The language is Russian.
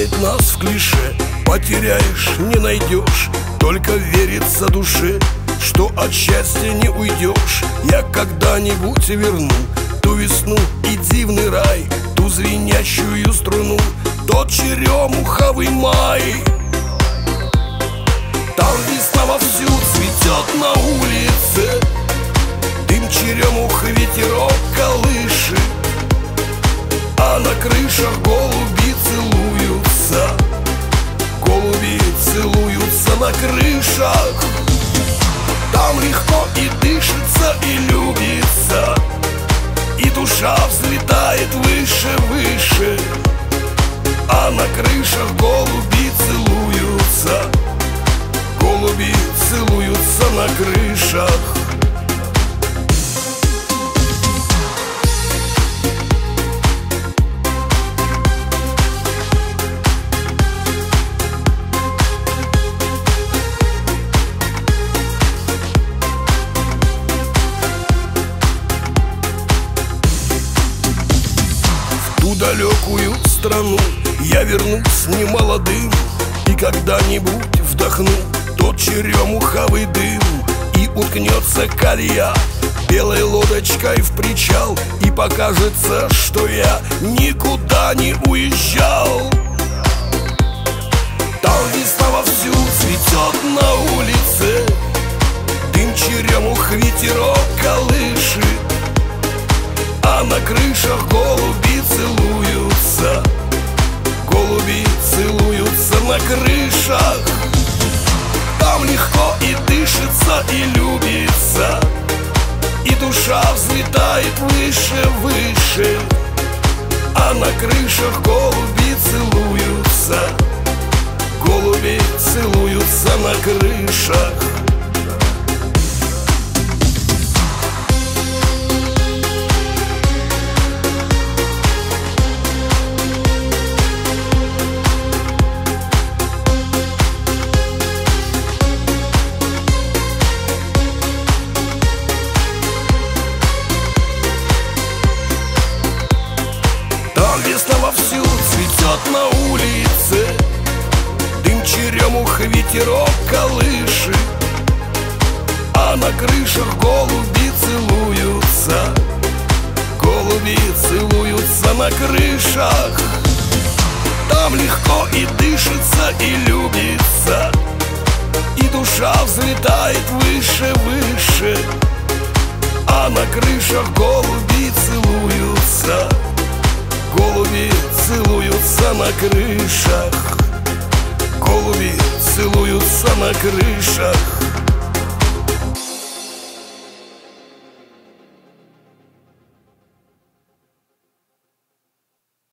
Пугает нас в клише: потеряешь, не найдешь. Только верится душе, что от счастья не уйдешь. Я когда-нибудь верну ту весну и дивный рай, ту звенящую струну, тот черемуховый май. Там весна вовсю цветет на улице, дым черемух ветерок колышет, а на крышах голуби целуются. Голуби целуются на крышах. Там легко и дышится, и любится, и душа взлетает выше, выше, а на крышах голуби целуются. Голуби целуются на крышах. В ту далекую страну я вернусь немолодым, и когда-нибудь вдохну тот черемуховый дым, и уткнется колея белой лодочкой в причал, и покажется, что я никуда не уезжал. Там весна вовсю цветет на улице, дым черемух ветерок колышет, а на крышах голуби целуются. Голуби целуются на крышах. Там легко и дышится, и любится, и душа взлетает выше, выше, а на крышах голуби целуются. Голуби целуются на крышах. Весна вовсю цветет на улице, дым черемух ветерок колышет, а на крышах голуби целуются. Голуби целуются на крышах. Там легко и дышится, и любится, и душа взлетает выше, выше, а на крышах голуби целуются. Голуби целуются на крышах. Голуби целуются на крышах.